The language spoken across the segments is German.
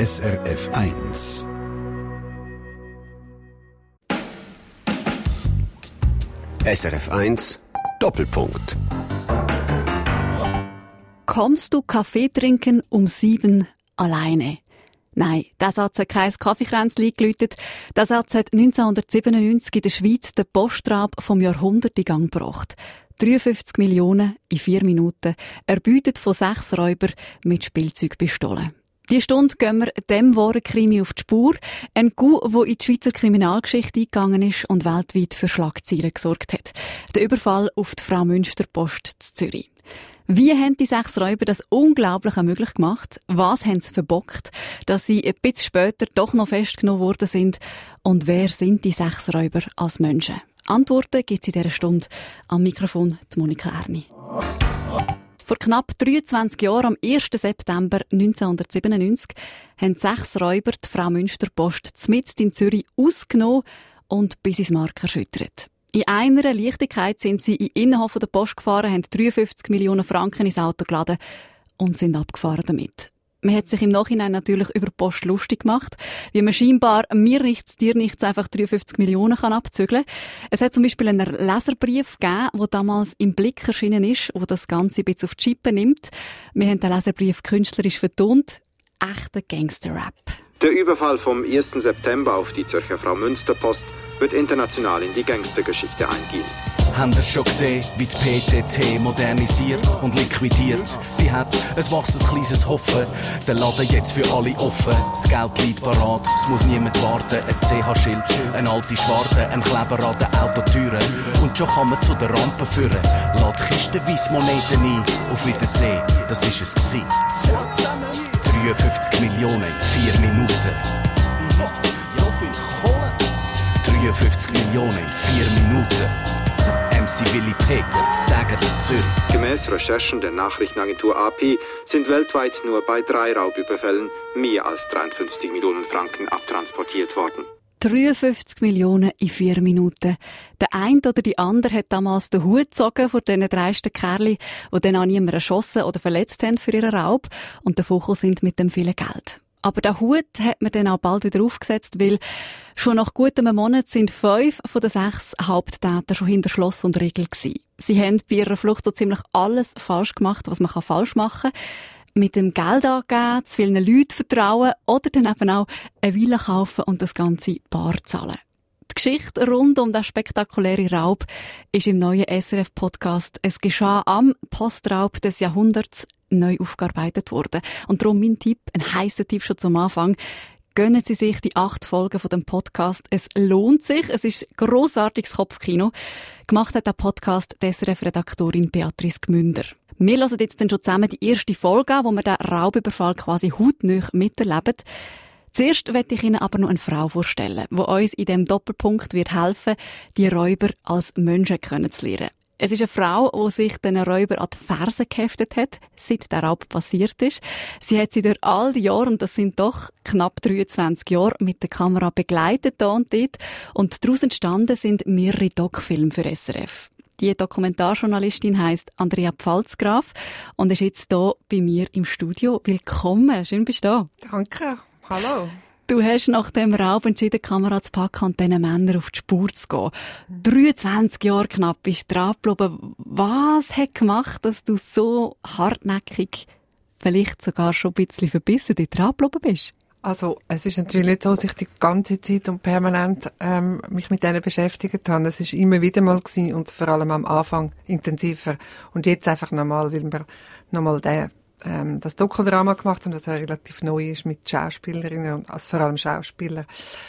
SRF 1. SRF 1 Doppelpunkt. Kommst du Kaffee trinken um 7 alleine? Nein, der Satz hat kein Kaffeekränzchen geläutet. Der Satz hat 1997 in der Schweiz den Postraub vom Jahrhundert in Gang gebracht. 53 Millionen in 4 Minuten, erbeutet von 6 Räubern mit Spielzeugpistolen. Diese Stunde gehen wir dem wahren Krimi auf die Spur. Ein Coup, der in die Schweizer Kriminalgeschichte eingegangen ist und weltweit für Schlagzeilen gesorgt hat. Der Überfall auf die Frau Münsterpost in Zürich. Wie haben die 6 Räuber das Unglaubliche möglich gemacht? Was haben sie verbockt, dass sie ein bisschen später doch noch festgenommen worden sind? Und wer sind die 6 Räuber als Menschen? Antworten gibt es in dieser Stunde. Am Mikrofon die Monika Erni. Vor knapp 23 Jahren, am 1. September 1997, haben 6 Räuber die Frau Münsterpost mitten in Zürich ausgenommen und bis ins Mark erschüttert. In einer Leichtigkeit sind sie in den Innenhof der Post gefahren, haben 53 Millionen Franken ins Auto geladen und sind abgefahren damit. Man hat sich im Nachhinein natürlich über die Post lustig gemacht, wie man scheinbar mir nichts, dir nichts einfach 53 Millionen kann abzügeln. Es hat zum Beispiel einen Leserbrief gegeben, der damals im Blick erschienen ist, der das Ganze ein bisschen auf die Schippe nimmt. Wir haben den Leserbrief künstlerisch vertont. Echter Gangster-Rap. Der Überfall vom 1. September auf die Zürcher Frau Münsterpost wird international in die Gangstergeschichte eingehen. Haben ihr schon gesehen, wie die PTT modernisiert und liquidiert? Sie hat ein wachsendes kleines Hoffen, der Laden jetzt für alle offen. Das Geld liegt parat, es muss niemand warten. Ein CH-Schild, eine alte Schwarte, ein Kleber an den Autotüren. Und schon kann man zu der Rampe führen. Lad kistenweise Moneten ein, auf Wiedersehen, das ist es gewesen. 53 Millionen in 4 Minuten. So viel Kohle. 53 Millionen in 4 Minuten. MC Willy Peter, Dagger Zürich. Gemäß Recherchen der Nachrichtenagentur AP sind weltweit nur bei 3 Raubüberfällen mehr als 53 Millionen Franken abtransportiert worden. 53 Millionen in 4 Minuten. Der eine oder die andere hat damals den Hut gezogen vor diesen dreisten Kerlen, die dann auch niemanden erschossen oder verletzt haben für ihren Raub und davon sind mit dem vielen Geld. Aber den Hut hat man dann auch bald wieder aufgesetzt, weil schon nach gut einem Monat sind 5 von den 6 Haupttätern schon hinter Schloss und Riegel gewesen. Sie haben bei ihrer Flucht so ziemlich alles falsch gemacht, was man falsch machen kann. Mit dem Geld angeben, zu vielen Leuten vertrauen oder dann eben auch eine Villa kaufen und das Ganze bar zahlen. Die Geschichte rund um den spektakulären Raub ist im neuen SRF-Podcast «Es geschah am Postraub des Jahrhunderts» neu aufgearbeitet worden. Und darum mein Tipp, ein heisser Tipp schon zum Anfang. Gönnen Sie sich die 8 Folgen von dem Podcast. Es lohnt sich. Es ist grossartiges Kopfkino. Gemacht hat der Podcast die SRF-Redaktorin Beatrice Gmünder. Wir hören jetzt dann schon zusammen die erste Folge an, wo wir den Raubüberfall quasi hautnah miterleben. Zuerst möchte ich Ihnen aber noch eine Frau vorstellen, die uns in diesem Doppelpunkt wird helfen, die Räuber als Menschen kennenzulernen. Es ist eine Frau, die sich den Räuber an die Fersen geheftet hat, seit der Raub passiert ist. Sie hat sie durch all die Jahre, und das sind doch knapp 23 Jahre, mit der Kamera begleitet hier und dort. Und daraus entstanden sind mehrere Doc-Filme für SRF. Die Dokumentarjournalistin heisst Andrea Pfalzgraf und ist jetzt hier bei mir im Studio. Willkommen, schön bist du da. Danke, hallo. Du hast nach dem Raub entschieden, die Kamera zu packen und diesen Männern auf die Spur zu gehen. 23 Jahre knapp bist du dran geblieben. Was hat gemacht, dass du so hartnäckig, vielleicht sogar schon ein bisschen verbissen, dort dran geblieben bist? Also, es ist natürlich nicht so, dass ich die ganze Zeit und permanent mich mit denen beschäftigt habe. Es ist immer wieder mal gewesen und vor allem am Anfang intensiver. Und jetzt einfach nochmal, weil wir nochmal das Dokudrama gemacht haben, das ja relativ neu ist mit Schauspielerinnen und also vor allem Schauspieler.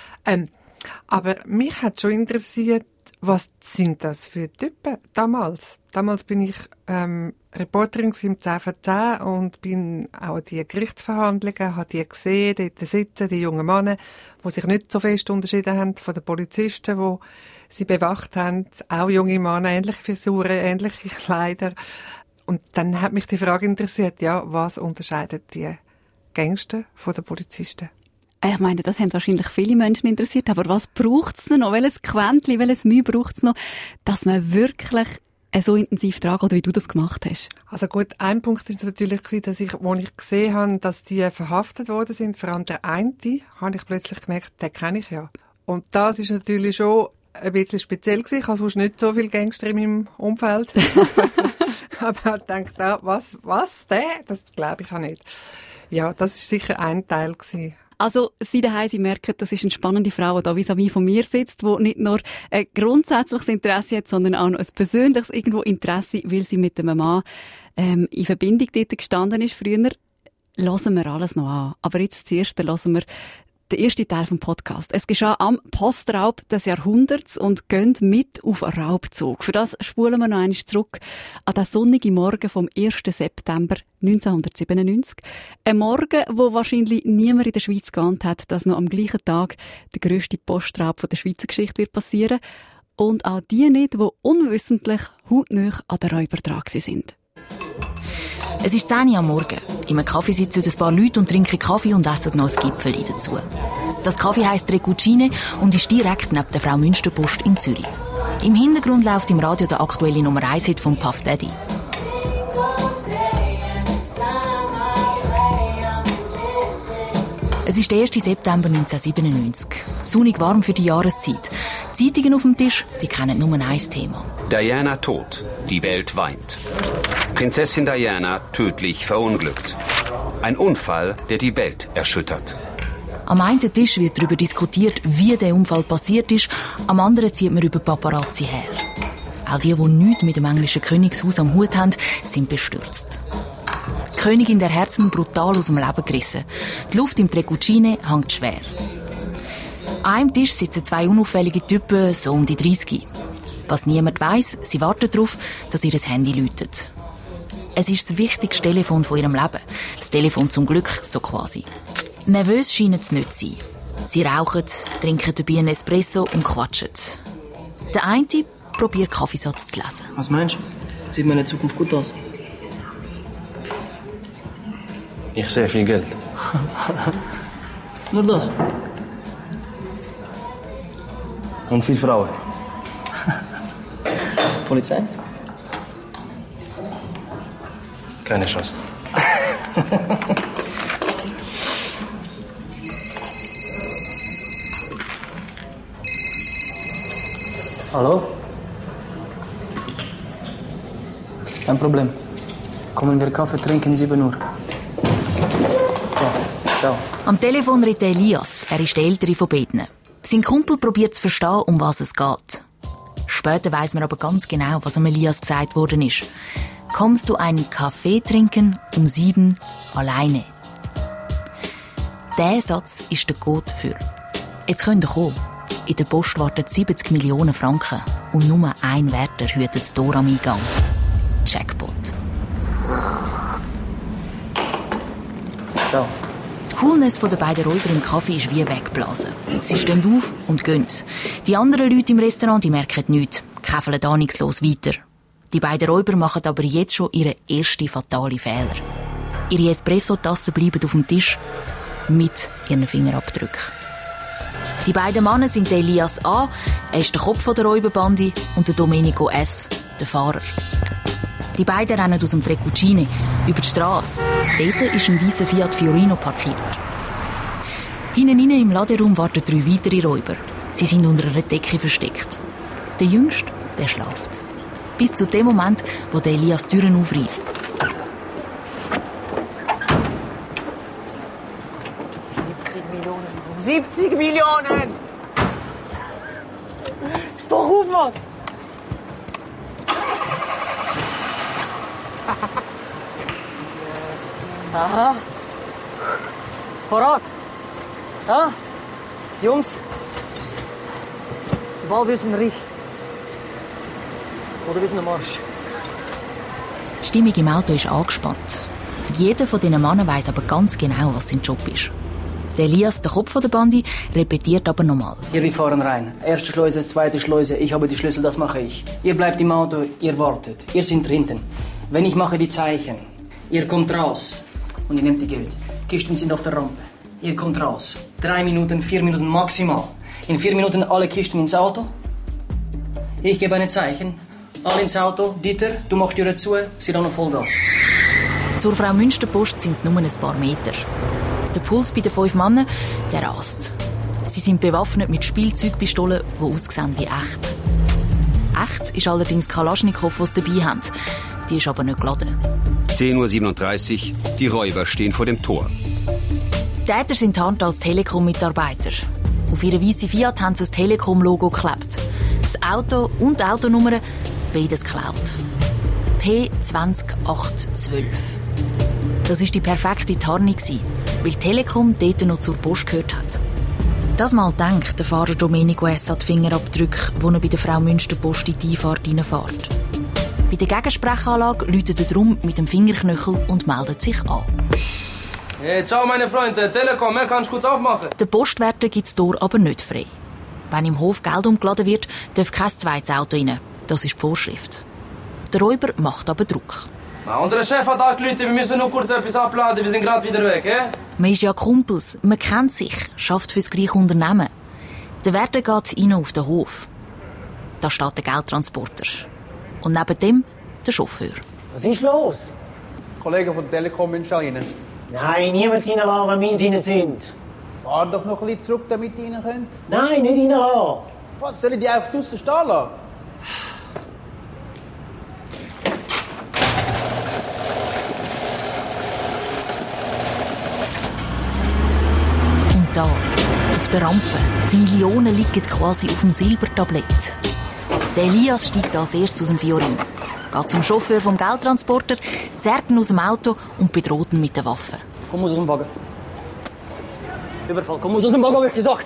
Aber mich hat schon interessiert, was sind das für Typen damals? Damals bin ich Reporterin im 10 vor 10 und bin auch an die Gerichtsverhandlungen, habe die gesehen, dort sitzen die jungen Männer, die sich nicht so fest unterschieden haben von den Polizisten, die sie bewacht haben. Auch junge Männer, ähnliche Frisuren, ähnliche Kleider. Und dann hat mich die Frage interessiert, ja, was unterscheidet die Gangster von den Polizisten? Ich meine, das haben wahrscheinlich viele Menschen interessiert, aber was braucht es noch? Welches Quäntchen, welches Mühe braucht es noch, dass man wirklich so intensiv tragen oder wie du das gemacht hast? Also gut, ein Punkt ist natürlich, dass als ich gesehen habe, dass die verhaftet worden sind, vor allem der eine, habe ich plötzlich gemerkt, den kenne ich ja. Und das ist natürlich schon ein bisschen speziell gewesen. Ich habe sonst nicht so viele Gangster in meinem Umfeld. Aber ich dachte, was, der? Das glaube ich auch nicht. Ja, das ist sicher ein Teil gewesen. Also, Sie daheim, Sie merken, das ist eine spannende Frau, die da vis-à-vis von mir sitzt, die nicht nur ein grundsätzliches Interesse hat, sondern auch noch ein persönliches irgendwo Interesse, weil sie mit einem Mann in Verbindung dort gestanden ist früher. Hören wir alles noch an. Aber jetzt zuerst hören wir den ersten Teil vom Podcast. Es geschah am Postraub des Jahrhunderts und gehen mit auf einen Raubzug. Für das spulen wir noch einmal zurück an den sonnigen Morgen vom 1. September 1997. Ein Morgen, wo wahrscheinlich niemand in der Schweiz geahnt hat, dass noch am gleichen Tag der grösste Postraub der Schweizer Geschichte wird passieren. Und auch die nicht, die unwissentlich hautnah an den Räuber dran sind. Es ist 10 Uhr am Morgen. In einem Kaffee sitzen ein paar Leute und trinken Kaffee und essen noch ein Gipfeli dazu. Das Kaffee heisst Trecucine und ist direkt neben der Frau Münsterpost in Zürich. Im Hintergrund läuft im Radio der aktuelle Nummer 1-Hit von Puff Daddy. Es ist der 1. September 1997. Sonnig warm für die Jahreszeit. Zeitungen auf dem Tisch, die kennen nur ein Thema. Diana tot. Die Welt weint. Prinzessin Diana tödlich verunglückt. Ein Unfall, der die Welt erschüttert. Am einen Tisch wird darüber diskutiert, wie der Unfall passiert ist. Am anderen zieht man über Paparazzi her. Auch die nichts mit dem englischen Königshaus am Hut haben, sind bestürzt. Die Königin der Herzen brutal aus dem Leben gerissen. Die Luft im Trecucine hängt schwer. An einem Tisch sitzen 2 unauffällige Typen, so um die 30. Was niemand weiss, sie warten darauf, dass ihr Handy läutet. Es ist das wichtigste Telefon von ihrem Leben. Das Telefon zum Glück, so quasi. Nervös scheinen sie nicht zu sein. Sie rauchen, trinken dabei einen Espresso und quatschen. Der eine probiert Kaffeesatz zu lesen. Was meinst du? Sieht meine Zukunft gut aus? Ich sehe viel Geld. Nur das? Und viele Frauen. Polizei? Keine Chance. Hallo? Kein Problem. Kommen wir Kaffee trinken, 7 Uhr. Ciao. Am Telefon redet Elias. Er ist der ältere von beiden. Sein Kumpel probiert zu verstehen, um was es geht. Später weiss man aber ganz genau, was Elias gesagt worden ist. Kommst du einen Kaffee trinken um 7 alleine? Dieser Satz ist der Code für «Jetzt könnt ihr kommen». In der Post warten 70 Millionen Franken und nur ein Wärter hütet das Tor am Eingang. Jackpot. Ciao. Die Coolness der beiden Räuber im Kaffee ist wie weggeblasen. Sie stehen auf und gehen. Die anderen Leute im Restaurant die merken nichts, käfeln ahnungslos weiter. Die beiden Räuber machen aber jetzt schon ihren ersten fatalen Fehler. Ihre Espresso-Tassen bleiben auf dem Tisch mit ihren Fingerabdrücken. Die beiden Männer sind Elias A., er ist der Kopf der Räuberbande, und der Domenico S., der Fahrer. Die beiden rennen aus dem Trecucine über die Strasse. Dort ist ein weißer Fiat Fiorino parkiert. Hinten im Laderaum warten 3 weitere Räuber. Sie sind unter einer Decke versteckt. Der Jüngste, der schläft. Bis zu dem Moment, wo der Elias die Türen aufreißt. 70 Millionen! Steh auf, Mann! Aha. Parat. Ja? Jungs. Bald wir sind reich. Oder wir sind am Arsch. Die Stimmung im Auto ist angespannt. Jeder von diesen Männern weiss aber ganz genau, was sein Job ist. Der Elias, der Kopf der Bande, repetiert aber nochmal. Hier, wir fahren rein. Erste Schleuse, zweite Schleuse, ich habe die Schlüssel, das mache ich. Ihr bleibt im Auto, ihr wartet. Ihr seid hinten. Wenn ich mache die Zeichen, ihr kommt raus und ihr nehmt die Geld. Kisten sind auf der Rampe. Ihr kommt raus. 3 Minuten, 4 Minuten maximal. In 4 Minuten alle Kisten ins Auto. Ich gebe ein Zeichen. Alle ins Auto. Dieter, du machst die Tür zu, sie dann noch Vollgas. Zur Frau Münsterpost sind es nur ein paar Meter. Der Puls bei den 5 Männern, der rast. Sie sind bewaffnet mit Spielzeugpistolen, die aussehen wie echt. Echt ist allerdings Kalaschnikow, die sie dabei haben. Die ist aber nicht geladen. 10:37 Uhr, die Räuber stehen vor dem Tor. Die Täter sind tarnt als Telekom-Mitarbeiter. Auf ihre weiße Fiat haben sie das Telekom-Logo geklebt. Das Auto und die Autonummer, beides geklaut. P20812. Das war die perfekte Tarnung, weil Telekom dort noch zur Post gehört hat. Das Mal denkt der Fahrer Domenico S. an die Fingerabdrücke, wo er bei der Frau Münsterpost in die Einfahrt reinfährt. Bei der Gegensprechanlage läutet er drum mit dem Fingerknöchel und meldet sich an. Hey, ciao meine Freunde, Telekom, kannst du kurz aufmachen? Der Postwärter gibt das Tor aber nicht frei. Wenn im Hof Geld umgeladen wird, darf kein zweites Auto rein. Das ist die Vorschrift. Der Räuber macht aber Druck. Unser Chef hat angerufen, wir müssen nur kurz etwas abladen, wir sind gerade wieder weg. Man ist ja Kumpels, man kennt sich, schafft fürs gleiche Unternehmen. Der Wärter geht rein auf den Hof. Da steht der Geldtransporter. Und neben dem der Chauffeur. Was ist los? Kollegen von der Telekom müssen rein. Nein, niemand reinlassen, wenn wir drin sind. Fahr doch noch ein bisschen zurück, damit ihr rein könnt. Nein, nicht reinlassen. Was, soll ich die einfach draussen stehen lassen? Und da, auf der Rampe, die Millionen liegen quasi auf dem Silbertablett. Der Elias steigt als erstes aus dem Fiorino, geht zum Chauffeur vom Geldtransporter, zerrt ihn aus dem Auto und bedroht ihn mit der Waffe. Komm aus dem Wagen. Überfall, komm aus dem Wagen, habe ich gesagt.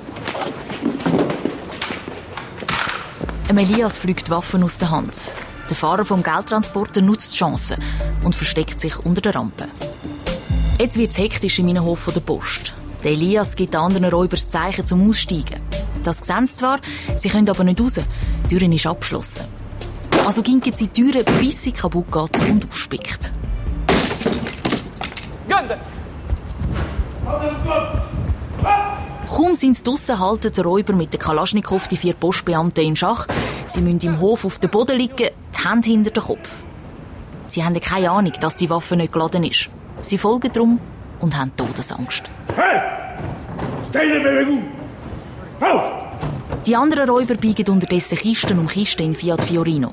Elias pflückt die Waffen aus der Hand. Der Fahrer vom Geldtransporter nutzt die Chance und versteckt sich unter der Rampe. Jetzt wird es hektisch im Innenhof der Post. Der Elias gibt den anderen Räubern das Zeichen zum Aussteigen. Das sehen sie zwar, sie können aber nicht raus. Die Tür ist abgeschlossen. Also ginken sie die Türe, bis sie kaputt geht und aufspickt. Kaum sind sie draussen, halten die Räuber mit der Kalaschnikow die 4 Postbeamten in Schach. Sie müssen im Hof auf dem Boden liegen, die Hände hinter den Kopf. Sie haben keine Ahnung, dass die Waffe nicht geladen ist. Sie folgen drum und haben Todesangst. Hey! Keine Bewegung! Hau! Die anderen Räuber biegen unterdessen Kisten um Kisten in Fiat Fiorino.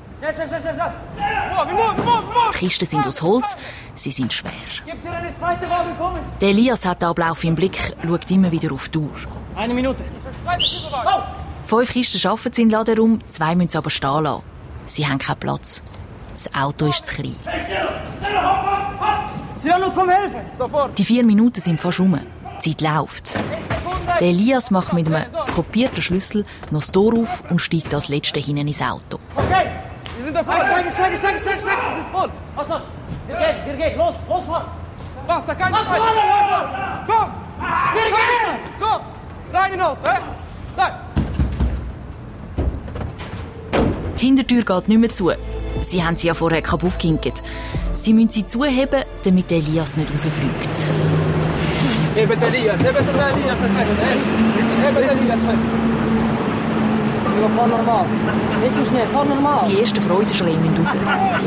Die Kisten sind aus Holz, sie sind schwer. Der Elias hat den Ablauf im Blick, schaut immer wieder auf die Uhr. 1 Minute. 5 Kisten schaffen sie in den Ladenraum, 2 müssen sie aber stehen lassen. Sie haben keinen Platz. Das Auto ist zu klein. Cyrano, komm helfen! Die 4 Minuten sind fast rum. Die Zeit läuft. Der Elias macht mit einem kopierten Schlüssel noch das Tor auf und steigt als Letzter hinten ins Auto. Okay, wir sind da voll. Steig, wir sind voll. Hassan, wir gehen, los, fahren. Was, da kann ich fahren, Komm! Wir gehen! Komm! Rein in Auto, Nein! Die Hintertür geht nicht mehr zu. Sie haben sie ja vorher kaputt geginkt. Sie müssen sie zuheben, damit der Elias nicht rausfliegt. Hebt den Elias fest. Hebt den Elias fest. Ja, fahr normal. Nicht zu schnell, fahr normal. Die ersten Freudenschreie müssen raus.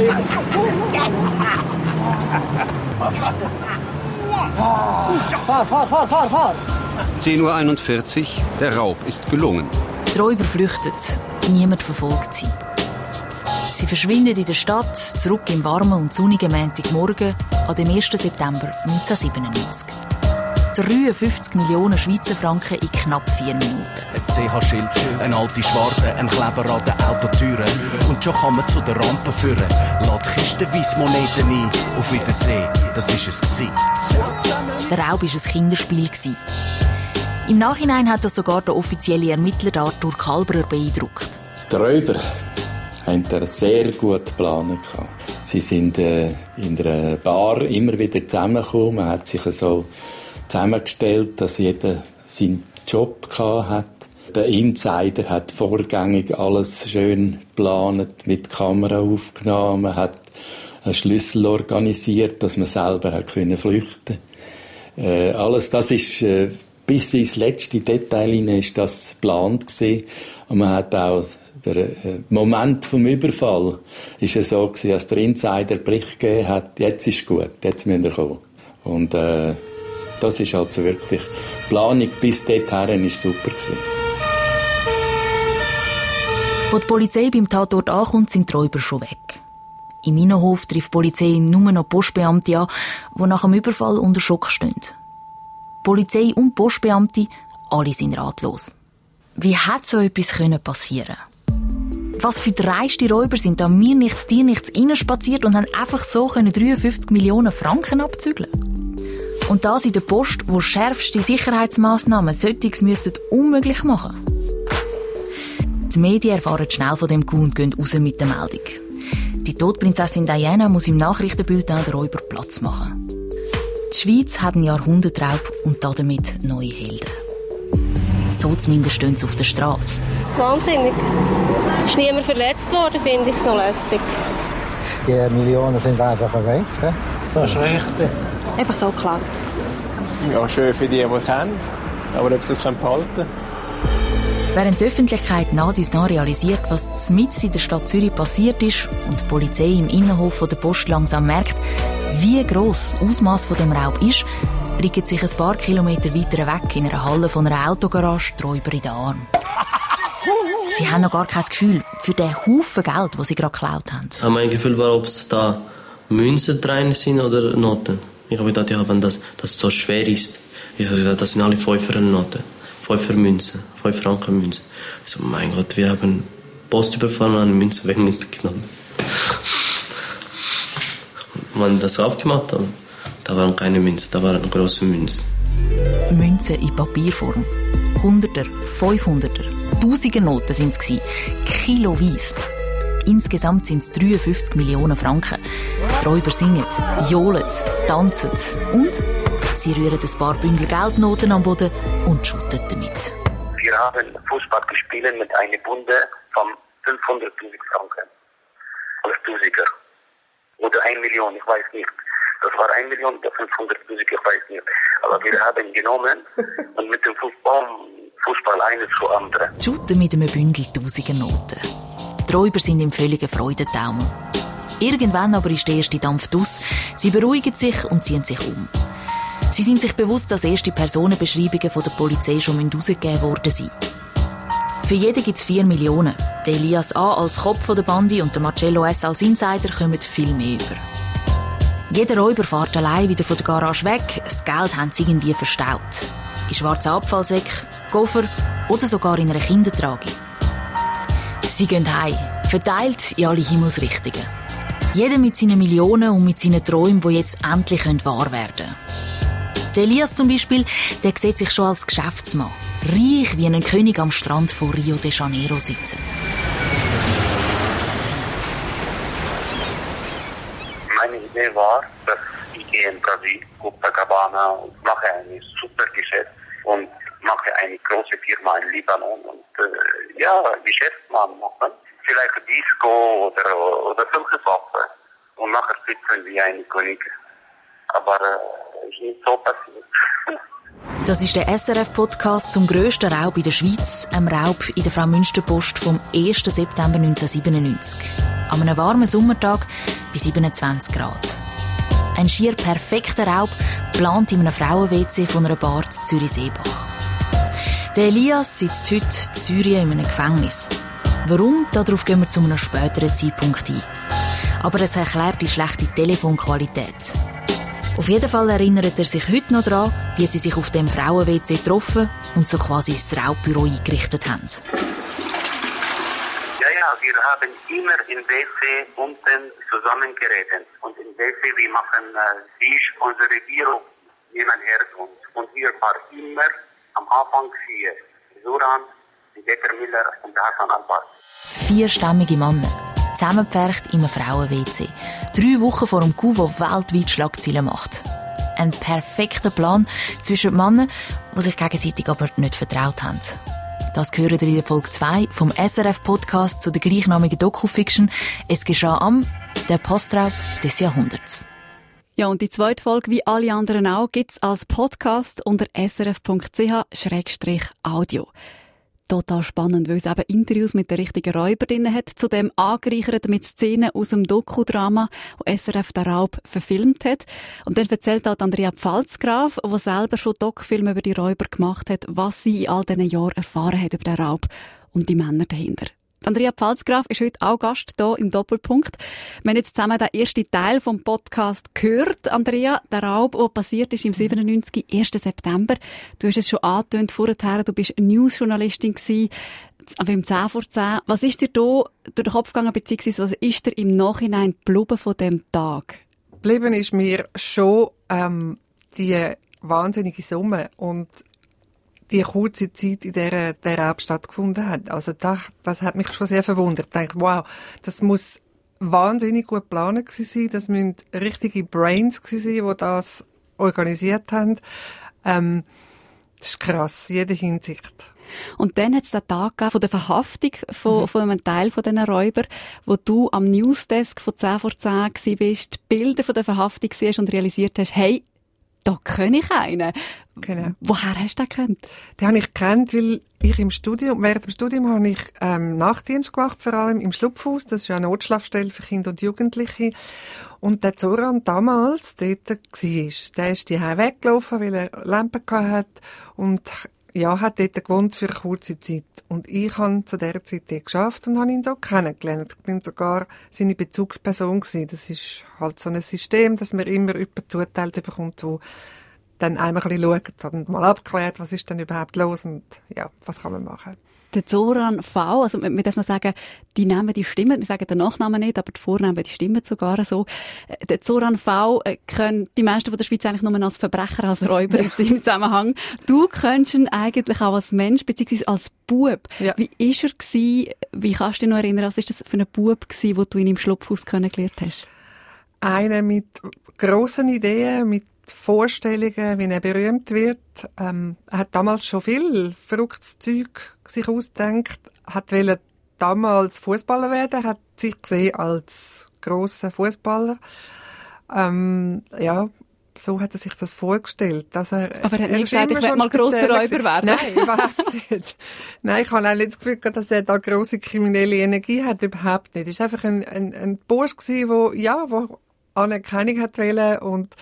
Fahr. 10:41 Uhr, der Raub ist gelungen. Die Räuber flüchten. Niemand verfolgt sie. Sie verschwinden in der Stadt, zurück im warmen und sonnigen Montagmorgen an dem 1. September 1997. 53 Millionen Schweizer Franken in knapp 4 Minuten. Ein CH-Schild, eine alte Schwarte, ein Kleber an den Autotüren. Und schon kann man zu der Rampe führen. Lädt kistenweise Moneten ein. Auf Wiedersehen, das war es gewesen. Der Raub war ein Kinderspiel. Im Nachhinein hat das sogar der offizielle Ermittler Arthur Kalberer beeindruckt. Die Räuber haben das sehr gut geplant. Sie sind in einer Bar immer wieder zusammengekommen. Man hat sich so zusammengestellt, dass jeder seinen Job hatte. Der Insider hat vorgängig alles schön geplant, mit Kamera aufgenommen, man hat einen Schlüssel organisiert, dass man selber flüchten konnte. Alles das ist bis ins letzte Detail hinein ist das geplant gewesen. Und man hat auch Der Moment vom Überfall ist ja so gewesen, als der Insider Bericht gegeben hat, jetzt ist gut, jetzt müssen wir kommen. Und das ist also wirklich, die Planung bis dorthin war super gewesen. Als die Polizei beim Tatort ankommt, sind die Räuber schon weg. Im Innenhof trifft die Polizei nur noch Postbeamte an, die nach dem Überfall unter Schock stehen. Die Polizei und Postbeamte, alle sind ratlos. Wie hätte so etwas passieren können? Was für dreiste Räuber sind da mir nichts, dir nichts reinspaziert und haben einfach so 53 Millionen Franken abzügeln? Und das in der Post, wo schärfste Sicherheitsmassnahmen solches unmöglich machen müssten. Die Medien erfahren schnell von dem Coup und gehen raus mit der Meldung. Die Todprinzessin Diana muss im Nachrichtenbulletin der Räuber Platz machen. Die Schweiz hat einen Jahrhundertraub und damit neue Helden. So zumindest stehen sie auf der Straße. Wahnsinnig. Ist niemand verletzt worden, finde ich es noch lässig. Die Millionen sind einfach weg. Das ist richtig. Einfach so geklaut. Ja, schön für die es haben. Aber ob sie es behalten können? Während die Öffentlichkeit nach dies nach realisiert, was mitten in der Stadt Zürich passiert ist und die Polizei im Innenhof der Post langsam merkt, wie gross das Ausmaß von dem Raub ist, liegen sich ein paar Kilometer weiter weg in einer Halle von einer Autogarage die Räuber in den Arm. Sie haben noch gar kein Gefühl für den Haufen Geld, das sie gerade geklaut haben. Mein Gefühl war, ob es da Münzen drin sind oder Noten. Ich habe gedacht, wenn das so schwer ist, ich habe gedacht, das sind alle 5er-Noten. 5er Münzen, 5 Franken Münzen. Ich so, mein Gott, wir haben Post überfallen und eine Münze mitgenommen. Und wenn das aufgemacht haben, da waren keine Münzen, da waren große Münzen. Münzen in Papierform. 100er, 500er, 1000er Noten sind es, kiloweise. Insgesamt sind es 53 Millionen Franken. Die Räuber singen, johlen, tanzen und sie rühren ein paar Bündel Geldnoten am Boden und schütten damit. Wir haben Fußball gespielt mit einer Bunde von 500.000 Franken. Oder 1000er. Oder 1 Million, ich weiß nicht. Das war 1 Million oder 500.000, ich weiß nicht. Aber wir haben genommen und mit dem Fußball eines zu anderen. Schütten mit einem Bündel 1000er Noten. Die Räuber sind im völligen Freudentaumel. Irgendwann aber ist der erste Dampf aus. Sie beruhigen sich und ziehen sich um. Sie sind sich bewusst, dass erste Personenbeschreibungen von der Polizei schon rausgegeben worden sind. Für jeden gibt es 4 Millionen. Der Elias A. als Kopf der Bande und der Marcello S. als Insider kommen viel mehr über. Jeder Räuber fährt allein wieder von der Garage weg. Das Geld haben sie irgendwie verstaut. In schwarzen Abfallsäcken, Koffer oder sogar in einer Kindertrage. Sie gehen heim, verteilt in alle Himmelsrichtungen. Jeder mit seinen Millionen und mit seinen Träumen, die jetzt endlich wahr werden können. Der Elias zum Beispiel, der sieht sich schon als Geschäftsmann. Reich wie ein König am Strand von Rio de Janeiro sitzen. Meine Idee war, dass ich gehe in Brasil, Copacabana und mache ein super Geschäft und mache eine große Firma in Libanon und Geschäftsmann machen. Vielleicht Disco oder solche Sachen. Und nachher sitzen wie ein König. Aber ist nicht so passiert. Das ist der SRF-Podcast zum grössten Raub in der Schweiz, einem Raub in der Frau-Münster-Post vom 1. September 1997. An einem warmen Sommertag bei 27 Grad. Ein schier perfekter Raub, geplant in einem Frauen-WC von einer Bar in Zürich-Seebach. Der Elias sitzt heute in Syrien in einem Gefängnis. Warum? Darauf gehen wir zu einem späteren Zeitpunkt ein. Aber es erklärt die schlechte Telefonqualität. Auf jeden Fall erinnert er sich heute noch daran, wie sie sich auf dem Frauen-WC getroffen und so quasi das Raubbüro eingerichtet haben. Ja, wir haben immer im WC unten zusammen geredet. Und im WC, wir machen unsere Büro nebenher. Und wir waren immer am Anfang 4. Suran, Becker Miller und Hassan Al-Bas. 4stämmige Männer, zusammengepfercht in einem Frauen-WC. 3 Wochen vor dem Coup, der weltweit Schlagzeilen macht. Ein perfekter Plan zwischen Männern, die sich gegenseitig aber nicht vertraut haben. Das hören ihr in der Folge 2 vom SRF-Podcast zu der gleichnamigen Doku-Fiction «Es geschah der Postraub des Jahrhunderts». Ja, und die zweite Folge, wie alle anderen auch, gibt's als Podcast unter srf.ch/audio. Total spannend, weil es eben Interviews mit den richtigen Räubern drin hat, zudem angereichert mit Szenen aus dem Dokudrama, wo SRF den Raub verfilmt hat. Und dann erzählt auch Andrea Pfalzgraf, die selber schon Doc-Filme über die Räuber gemacht hat, was sie in all diesen Jahren erfahren hat über den Raub und die Männer dahinter. Andrea Pfalzgraf ist heute auch Gast hier im Doppelpunkt. Wir haben jetzt zusammen den ersten Teil vom Podcast gehört. Andrea, der Raub, der passiert ist im 97, 1. September. Du hast es schon angetönt vorher, du bist Newsjournalistin gewesen, beim 10 vor 10. Was ist dir da durch den Kopf gegangen, beziehungsweise was ist dir im Nachhinein geblieben von diesem Tag? Geblieben ist mir schon die wahnsinnige Summe und die kurze Zeit, in der der Raub stattgefunden hat. Also das hat mich schon sehr verwundert. Ich dachte, wow, das muss wahnsinnig gut geplant gewesen sein. Das müssen richtige Brains gewesen sein, die das organisiert haben. Das ist krass, jede Hinsicht. Und dann hat es den Tag gegeben von der Verhaftung von einem Teil von diesen Räubern, wo du am Newsdesk von 10 vor 10 warst, die Bilder von der Verhaftung siehst und realisiert hast, hey, da kenne ich einen. Genau. Woher hast du den gekannt? Den habe ich gekannt, weil ich während dem Studium habe ich Nachtdienst gemacht, vor allem im Schlupfhaus. Das ist ja eine Notschlafstelle für Kinder und Jugendliche. Und der Zoran damals dort war, der ist hierher weggelaufen, weil er Lampen hatte und ja, hat dort gewohnt für eine kurze Zeit. Und ich habe zu dieser Zeit dort gearbeitet und habe ihn so kennengelernt. Ich bin sogar seine Bezugsperson gewesen. Das ist halt so ein System, dass man immer jemanden zuteilt bekommt, wo dann einmal ein bisschen schaut und mal abklärt, was ist denn überhaupt los und ja, was kann man machen. Der Zoran V, also man darf sagen, die Namen, die stimmen, wir sagen den Nachnamen nicht, aber die Vornamen, die stimmen sogar so. Der Zoran V können die meisten von der Schweiz eigentlich nur als Verbrecher, als Räuber im Zusammenhang. Du kennst ihn eigentlich auch als Mensch, beziehungsweise als Bub. Ja. Wie ist er gewesen? Wie kannst du dich noch erinnern, was ist das für ein Bub gewesen, wo du ihn im Schlupfhaus kennengelernt hast? Einer mit grossen Ideen, mit Vorstellungen, wie er berühmt wird. Er hat damals schon viel verrücktes Zeug sich ausgedacht, wollte damals Fußballer werden, hat sich gesehen als grosser Fußballer. Ja, so hat er sich das vorgestellt. Dass aber er hat nicht gesagt, ich will mal grosser Räuber werden. Nein, überhaupt nicht. Nein, ich habe auch nicht das Gefühl, dass er da grosse kriminelle Energie hat, überhaupt nicht. Er war einfach ein Bursch gewesen, der Anerkennung hat wollen und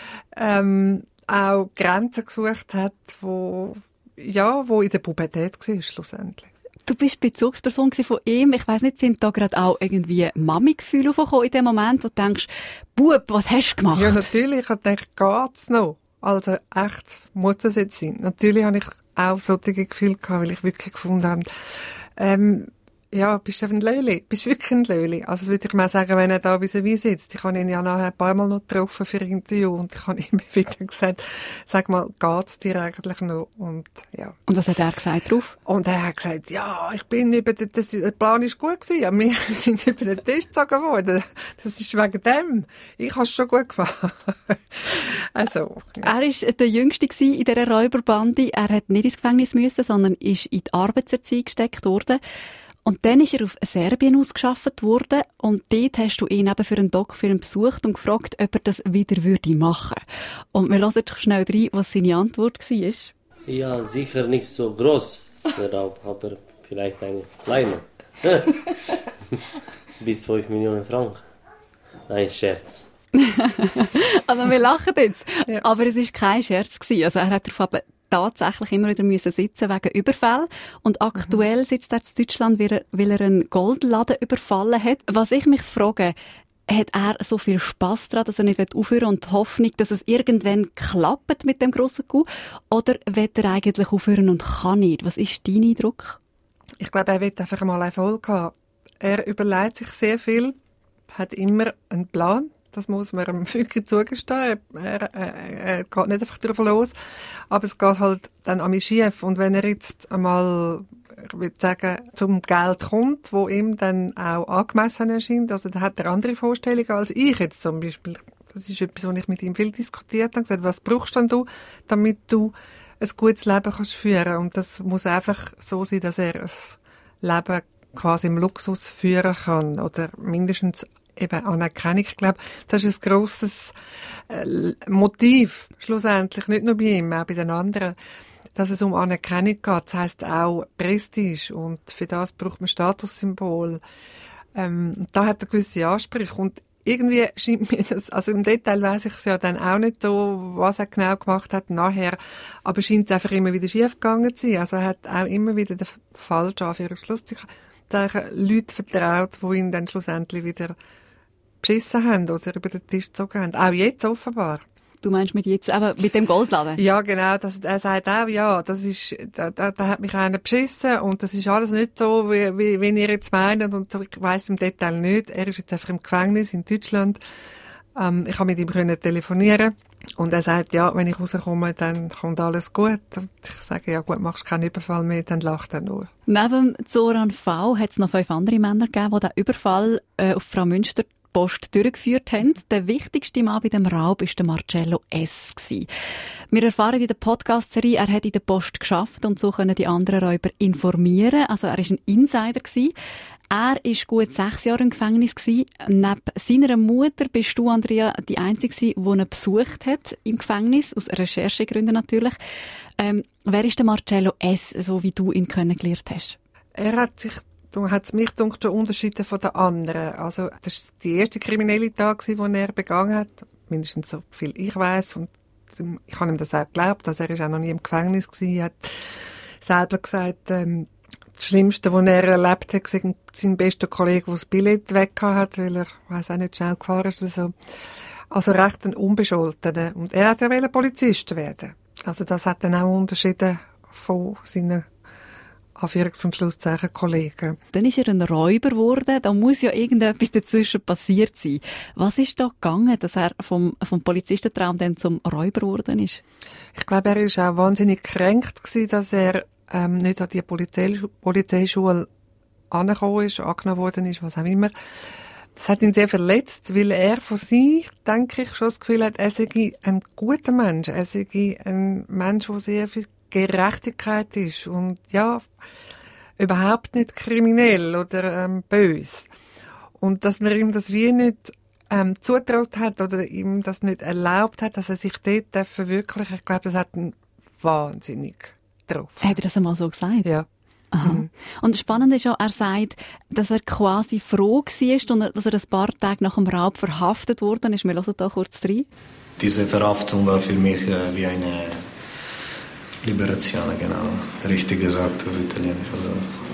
auch Grenzen gesucht hat, wo in der Pubertät war, schlussendlich. Du bist Bezugsperson von ihm. Ich weiss nicht, sind da gerade auch irgendwie Mami-Gefühle aufgekommen in dem Moment, wo du denkst, Bub, was hast du gemacht? Ja, natürlich. Ich habe gedacht, geht's noch? Also echt, muss das jetzt sein? Natürlich habe ich auch solche Gefühle gehabt, weil ich wirklich gefunden habe, ja, bist du ein Löli. Bist wirklich ein Löli. Also, das würde ich mal sagen, wenn er da vis-à-vis sitzt. Ich habe ihn ja nachher ein paar Mal noch getroffen für ein Interview und ich habe ihm wieder gesagt, sag mal, geht's dir eigentlich noch? Und, ja. Und was hat er gesagt drauf? Und er hat gesagt, ja, der Plan ist gut gewesen. Ja, wir sind über den Tisch gezogen worden. Das ist wegen dem. Ich habe es schon gut gemacht. Also. Ja. Er war der Jüngste in dieser Räuberbande. Er hat nicht ins Gefängnis müssen, sondern ist in die Arbeitserziehung gesteckt worden. Und dann ist er auf Serbien ausgeschafft worden und dort hast du ihn eben für einen Doc-Film besucht und gefragt, ob er das wieder machen würde. Und wir hören schnell rein, was seine Antwort war. Ja, sicher nicht so groß, der Raub, aber vielleicht eine kleine. Bis 5 Millionen Franken. Nein, Scherz. Also wir lachen jetzt, ja. Aber es war kein Scherz gewesen. Also er hat darauf tatsächlich immer wieder sitzen wegen Überfall. Und aktuell sitzt er in Deutschland, weil er einen Goldladen überfallen hat. Was ich mich frage, hat er so viel Spass daran, dass er nicht aufhören und die Hoffnung, dass es irgendwann klappt mit dem grossen Coup? Oder will er eigentlich aufhören und kann nicht? Was ist dein Eindruck? Ich glaube, er will einfach mal Erfolg haben. Er überlegt sich sehr viel, hat immer einen Plan. Das muss man ihm wirklich zugestehen. Er geht nicht einfach drauf los. Aber es geht halt dann an mich schief. Und wenn er jetzt einmal, ich würde sagen, zum Geld kommt, wo ihm dann auch angemessen erscheint, also da hat er andere Vorstellungen als ich jetzt zum Beispiel. Das ist etwas, was ich mit ihm viel diskutiert habe. Gesagt, was brauchst denn du, damit du ein gutes Leben kannst führen? Und das muss einfach so sein, dass er ein Leben quasi im Luxus führen kann. Oder mindestens eben Anerkennung. Ich glaube, das ist ein grosses Motiv, schlussendlich. Nicht nur bei ihm, auch bei den anderen. dass es um Anerkennung geht. Das heisst auch Prestige und für das braucht man Statussymbol. Da hat er gewisse Ansprüche und irgendwie scheint mir das, also im Detail weiss ich es ja dann auch nicht so, was er genau gemacht hat nachher, aber scheint es einfach immer wieder schief gegangen zu sein. Also er hat auch immer wieder den falschen Anführungszeichen Leute vertraut, die ihn dann schlussendlich wieder beschissen haben oder über den Tisch gezogen haben. Auch jetzt offenbar. Du meinst mit jetzt, aber mit dem Goldladen? Ja, genau. Er sagt auch, ja, das ist, da hat mich einer beschissen und das ist alles nicht so, wie ihr jetzt meint und so. Ich weiss im Detail nicht. Er ist jetzt einfach im Gefängnis in Deutschland. Ich habe mit ihm telefonieren und er sagt, ja, wenn ich rauskomme, dann kommt alles gut. Und ich sage, ja gut, machst keinen Überfall mehr, dann lacht er nur. Neben Zoran V. hat es noch 5 andere Männer gegeben, die den Überfall auf Frau Münster Post durchgeführt haben. Der wichtigste Mann bei dem Raub war der Marcello S. Wir erfahren in der Podcast-Serie, er hat in der Post geschafft und so können die anderen Räuber informieren. Also er war ein Insider. Er war gut 6 Jahre im Gefängnis. Neben seiner Mutter bist du, Andrea, die Einzige, die ihn besucht hat im Gefängnis, aus Recherchegründen natürlich. Wer ist der Marcello S., so wie du ihn kennengelernt hast? Er hat es mich gedacht, schon Unterschiede von den anderen. Also, das war die erste kriminelle Tat, die er begangen hat. Mindestens so viel ich weiss. Und ich habe ihm das auch geglaubt. Also, er war auch noch nie im Gefängnis gewesen. Er hat selber gesagt, das Schlimmste, was er erlebt hat, war sein bester Kollege, der das Billett weg hat, weil er, weiss auch nicht, schnell gefahren ist oder so. Also, recht ein Unbescholtener. Und er wollte ja Polizist werden. Also, das hat dann auch Unterschiede von seinen Anführungs- und Schlusszeichen Kollegen. Dann ist er ein Räuber geworden. Da muss ja irgendetwas dazwischen passiert sein. Was ist da gegangen, dass er vom Polizistentraum dann zum Räuber geworden ist? Ich glaube, er ist auch wahnsinnig gekränkt gewesen, dass er nicht an die Polizeischule angekommen ist, angenommen worden ist, was auch immer. Das hat ihn sehr verletzt, weil er von sich, denke ich, schon das Gefühl hat, er sei ein guter Mensch. Er sei ein Mensch, der sehr viel Gerechtigkeit ist und ja, überhaupt nicht kriminell oder böse. Und dass man ihm das wie nicht zutraut hat oder ihm das nicht erlaubt hat, dass er sich dort verwirklichen. Ich glaube, das hat ihn wahnsinnig getroffen. Hat er das einmal so gesagt? Ja. Aha. Und spannend ist auch, er sagt, dass er quasi froh war und dass er ein paar Tage nach dem Raub verhaftet worden ist. Wir hören da kurz rein. Diese Verhaftung war für mich wie eine Liberation, genau. Richtig gesagt auf Italienisch. Also.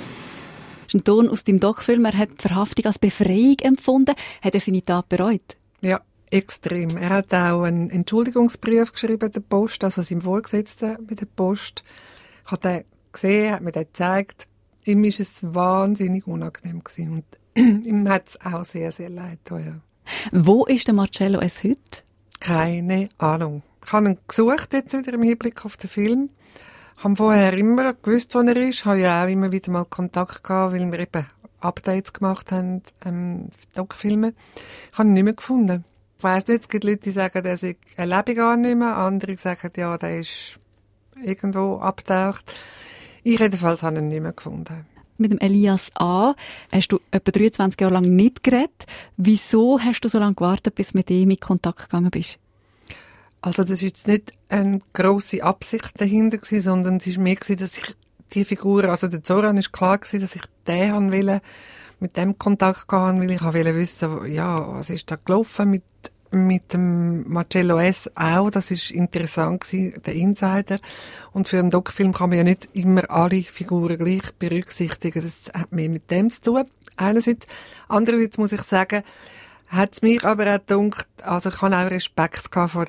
Das ist ein Ton aus dem Doc-Film. Er hat die Verhaftung als Befreiung empfunden. Hat er seine Tat bereut? Ja, extrem. Er hat auch einen Entschuldigungsbrief geschrieben der Post, also seinem Vorgesetzten bei der Post. Ich habe den gesehen, hat mir den gezeigt. Ihm war es wahnsinnig unangenehm gewesen. Und ihm hat es auch sehr, sehr leid getan, ja. Wo ist der Marcello S. heute? Keine Ahnung. Ich habe ihn gesucht jetzt wieder im Hinblick auf den Film. Ich habe vorher immer gewusst, wo er ist. Ich habe ja auch immer wieder mal Kontakt gehabt, weil wir eben Updates gemacht haben, Doc-Filme. Ich habe ihn nicht mehr gefunden. Ich weiss nicht, es gibt Leute, die sagen, er lebe gar nicht mehr. Andere sagen, ja, der ist irgendwo abgetaucht. Ich jedenfalls habe ihn nicht mehr gefunden. Mit dem Elias A. hast du etwa 23 Jahre lang nicht geredet. Wieso hast du so lange gewartet, bis du mit ihm in Kontakt gegangen bist? Also das war jetzt nicht eine grosse Absicht dahinter gewesen, sondern es war mehr gewesen, dass ich die Figur, also der Zoran ist klar gewesen, dass ich den haben wollte, mit dem Kontakt haben, weil ich wollte wissen, ja, was ist da gelaufen mit dem Marcello S. auch. Das ist interessant gewesen, der Insider. Und für einen Doc-Film kann man ja nicht immer alle Figuren gleich berücksichtigen. Das hat mehr mit dem zu tun. Einerseits. Andererseits muss ich sagen, hat es mich aber auch gedacht, also ich hatte auch Respekt vor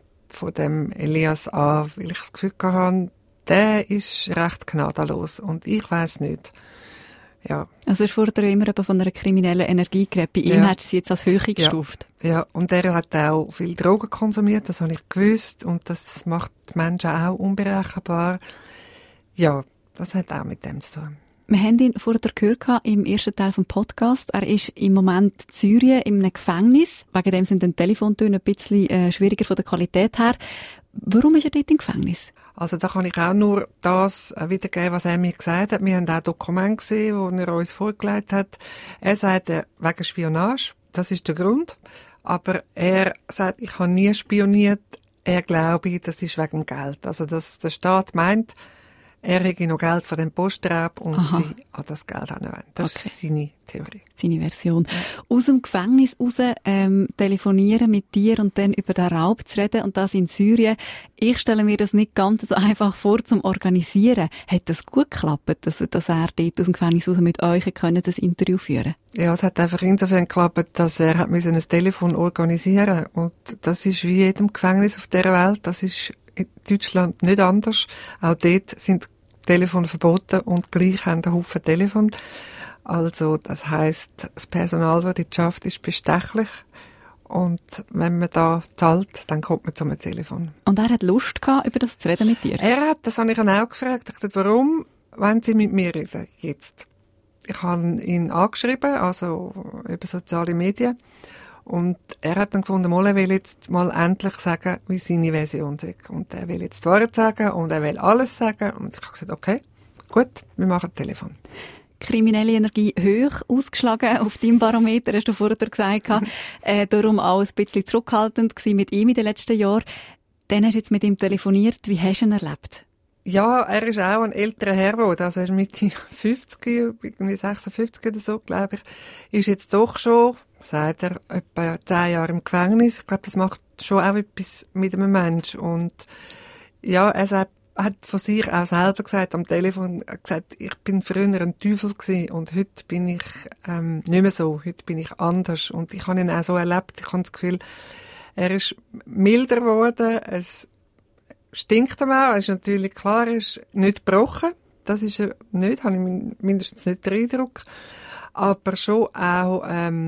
dem Elias A., weil ich das Gefühl hatte, der ist recht gnadenlos und ich weiss nicht. Ja. Also es wurde immer von einer kriminellen Energie geredet. Bei ihm hat sie jetzt als Höhe gestuft. Ja, und er hat auch viel Drogen konsumiert, das habe ich gewusst und das macht die Menschen auch unberechenbar. Ja, das hat auch mit dem zu tun. Wir haben ihn vorher gehört im ersten Teil des Podcasts. Er ist im Moment in Syrien in einem Gefängnis. Wegen dem sind die Telefontöne ein bisschen schwieriger von der Qualität her. Warum ist er dort im Gefängnis? Also da kann ich auch nur das wiedergeben, was er mir gesagt hat. Wir haben auch Dokumente gesehen, die er uns vorgelegt hat. Er sagt, wegen Spionage, das ist der Grund. Aber er sagt, ich habe nie spioniert. er glaube, das ist wegen Geld. Also, dass der Staat meint, er hätte noch Geld von dem Postraub und sie an das Geld anwenden. Das ist seine Theorie. Seine Version. Ja. Aus dem Gefängnis raus telefonieren mit dir und dann über den Raub zu reden und das in Syrien. Ich stelle mir das nicht ganz so einfach vor zum Organisieren. Hat das gut geklappt, dass er dort aus dem Gefängnis raus mit euch das Interview führen konnte? Ja, es hat einfach insofern geklappt, dass er ein Telefon organisieren musste. Und das ist wie jedem Gefängnis auf dieser Welt. Das ist in Deutschland nicht anders. Auch dort sind Telefone verboten und gleich haben einen Haufen Telefon. Also, das heisst, das Personal, das dort schafft, ist bestechlich. Und wenn man da zahlt, dann kommt man zu einem Telefon. Und er hat Lust gehabt, über das zu reden mit dir? Das habe ich ihn auch gefragt. Ich habe gesagt, warum wollen Sie mit mir reden jetzt? Ich habe ihn angeschrieben, also über soziale Medien. Und er hat dann gefunden, er will jetzt mal endlich sagen, wie seine Version ist. Und er will jetzt die Wahrheit sagen und er will alles sagen. Und ich habe gesagt, okay, gut, wir machen Telefon. Kriminelle Energie hoch ausgeschlagen auf deinem Barometer, hast du vorher gesagt. Darum auch ein bisschen zurückhaltend gewesen mit ihm in den letzten Jahren. Dann hast du jetzt mit ihm telefoniert. Wie hast du ihn erlebt? Ja, er ist auch ein älterer Herr geworden. Also er ist Mitte 50, irgendwie 56 oder so, glaube ich. Ist jetzt doch schon, sagt er, etwa 10 Jahre im Gefängnis. Ich glaube, das macht schon auch etwas mit einem Menschen. Und ja, er hat von sich auch selber gesagt, am Telefon gesagt, ich bin früher ein Teufel gewesen und heute bin ich nicht mehr so. Heute bin ich anders. Und ich habe ihn auch so erlebt. Ich habe das Gefühl, er ist milder geworden. Es stinkt ihm auch. Es ist natürlich klar, er ist nicht gebrochen. Das ist er nicht, habe ich mindestens nicht den Eindruck. Aber schon auch,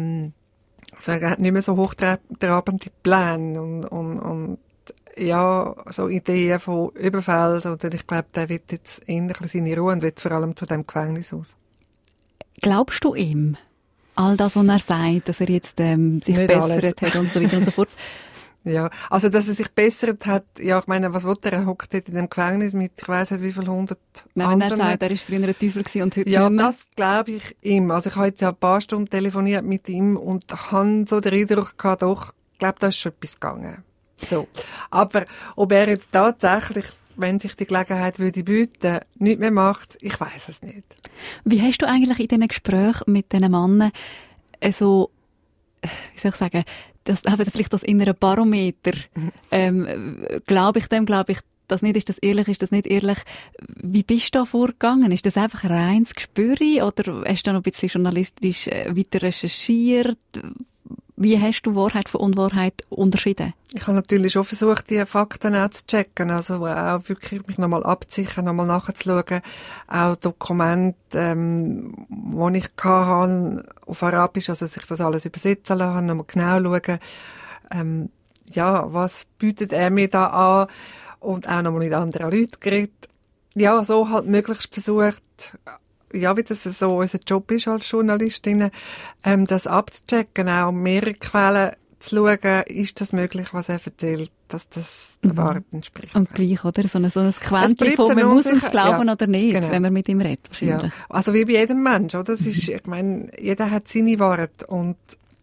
er hat nicht mehr so hochtrabende Pläne und ja, so Ideen von Überfällen. Und ich glaube, der wird jetzt eher seine Ruhe und wird vor allem zu dem Gefängnis aus. Glaubst du ihm? All das, was er sagt, dass er jetzt sich bessert hat und so weiter und so fort? Ja, also dass er sich bessert hat, ja, ich meine, was will er hockt dort in dem Gefängnis mit, ich weiss nicht wie viel 100 anderen. Wenn er sagt, er war früher ein Teufel und heute ja, nicht mehr. Das glaube ich ihm. Also ich habe jetzt ja ein paar Stunden telefoniert mit ihm und habe so den Eindruck gehabt, doch, ich glaube, da ist schon etwas gegangen. So. Aber ob er jetzt tatsächlich, wenn sich die Gelegenheit würde bieten, nichts mehr macht, ich weiss es nicht. Wie hast du eigentlich in diesen Gesprächen mit diesen Männern so, wie soll ich sagen, das vielleicht das innere Barometer, glaube ich das nicht, ist das ehrlich, ist das nicht ehrlich. Wie bist du da vorgegangen? Ist das einfach ein reines Gespür oder hast du da noch ein bisschen journalistisch weiter recherchiert? Wie hast du Wahrheit von Unwahrheit unterschieden? Ich habe natürlich schon versucht, die Fakten auch zu checken, also auch wirklich mich nochmal abzusichern, nochmal nachzuschauen, auch Dokumente, die ich hatte, auf Arabisch, also sich das alles übersetzen lassen, nochmal genau schauen, ja, was bietet er mir da an und auch nochmal mit anderen Leuten geredet. Ja, so halt möglichst versucht, ja, wie das so unser Job ist als Journalistin, das abzuchecken, auch mehrere Quellen zu schauen, ist das möglich, was er erzählt, dass das der Wahrheit entspricht. Und gleich, oder? So ein Quäntchen von, man muss es glauben oder nicht, genau, wenn man mit ihm redet, wahrscheinlich. Ja. Also wie bei jedem Mensch, oder? Das ist, ich meine, jeder hat seine Wahrheit und,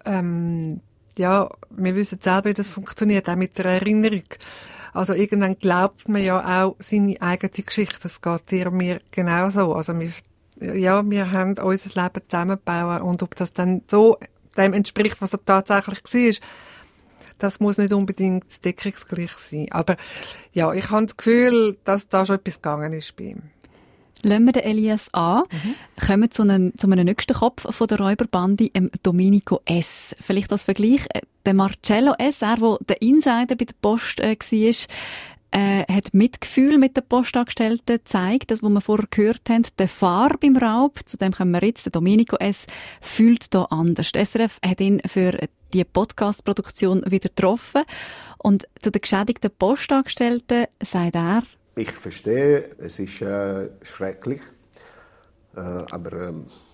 ja, wir wissen selber, wie das funktioniert, auch mit der Erinnerung. Also irgendwann glaubt man ja auch seine eigene Geschichte, das geht dir und mir genauso. Also wir haben unser Leben zusammengebaut und ob das dann so dem entspricht, was er tatsächlich war, das muss nicht unbedingt deckungsgleich sein. Aber ja, ich habe das Gefühl, dass da schon etwas gegangen ist bei ihm. Lassen wir den Elias an, kommen zu einem nächsten Kopf von der Räuberbande, Domenico S. Vielleicht als Vergleich, der Marcello S., der der Insider bei der Post war, hat Mitgefühl mit den Postangestellten gezeigt, das, was wir vorher gehört haben. Der Fahrer beim Raub, zu dem kommen wir jetzt, der Domenico S., fühlt da anders. Der SRF hat ihn für die Podcast-Produktion wieder getroffen. Und zu den geschädigten Postangestellten sagt er: Ich verstehe, es ist schrecklich, aber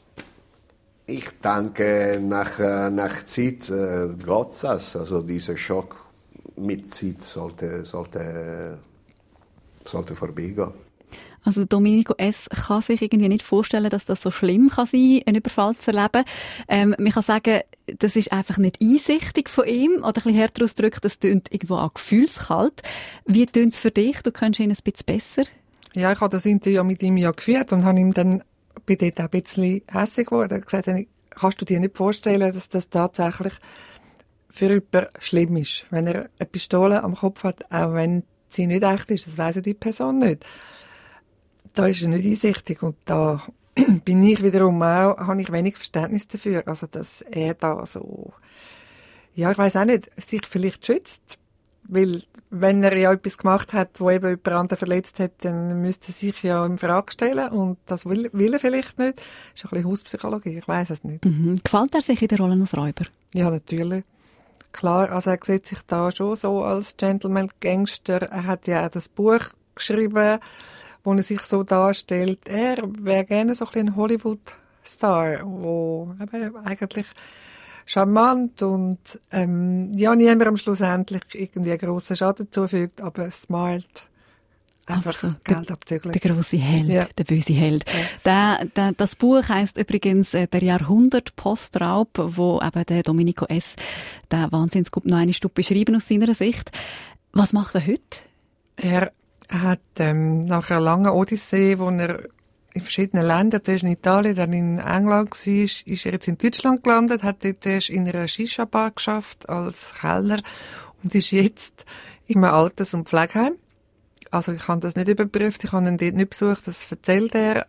ich denke, nach Zeit geht es. Also dieser Schock mit Zeit sollte vorbeigehen. Also Domenico S. kann sich irgendwie nicht vorstellen, dass das so schlimm kann sein, einen Überfall zu erleben. Man kann sagen, das ist einfach nicht einsichtig von ihm, oder ein bisschen härter ausgedrückt, das tönt irgendwo auch gefühlskalt. Wie tönt es für dich? Du kennst ihn ein bisschen besser. Ja, ich habe das Interview mit ihm ja geführt und habe ihm dann bei dort auch ein bisschen hässig geworden. Er hat gesagt, kannst du dir nicht vorstellen, dass das tatsächlich für jemanden schlimm ist, wenn er eine Pistole am Kopf hat, auch wenn sie nicht echt ist, das weiss ja die Person nicht. Da ist er nicht einsichtig und da bin ich wiederum auch, habe ich wenig Verständnis dafür, also dass er da so, ja, ich weiss auch nicht, sich vielleicht schützt, weil wenn er ja etwas gemacht hat, wo eben jemand anderen verletzt hat, dann müsste er sich ja in Frage stellen und das will er vielleicht nicht. Das ist ein bisschen Hauspsychologie, ich weiss es nicht. Mhm. Gefällt er sich in der Rolle als Räuber? Ja, natürlich. Klar, also er sieht sich da schon so als Gentleman-Gangster. Er hat ja auch das Buch geschrieben, wo er sich so darstellt. Er wäre gerne so ein bisschen ein Hollywood-Star, wo eben eigentlich charmant und ja, niemandem schlussendlich irgendwie einen grossen Schaden zufügt, aber smart. Einfach so, Geld abzügeln. Der grosse Held, ja. Der böse Held. Ja. Das Buch heisst übrigens «Der Jahrhundert-Postraub», wo eben der Domenico S. den Wahnsinnsgub noch eine Stunde beschrieben aus seiner Sicht. Was macht er heute? Er hat nach einer langen Odyssee, wo er in verschiedenen Ländern, zuerst in Italien, dann in England war, ist er jetzt in Deutschland gelandet, hat dort zuerst in einer Shisha-Bar geschafft als Kellner und ist jetzt in einem Alters- und Pflegeheim. Also ich habe das nicht überprüft, ich habe ihn dort nicht besucht, das erzählt er.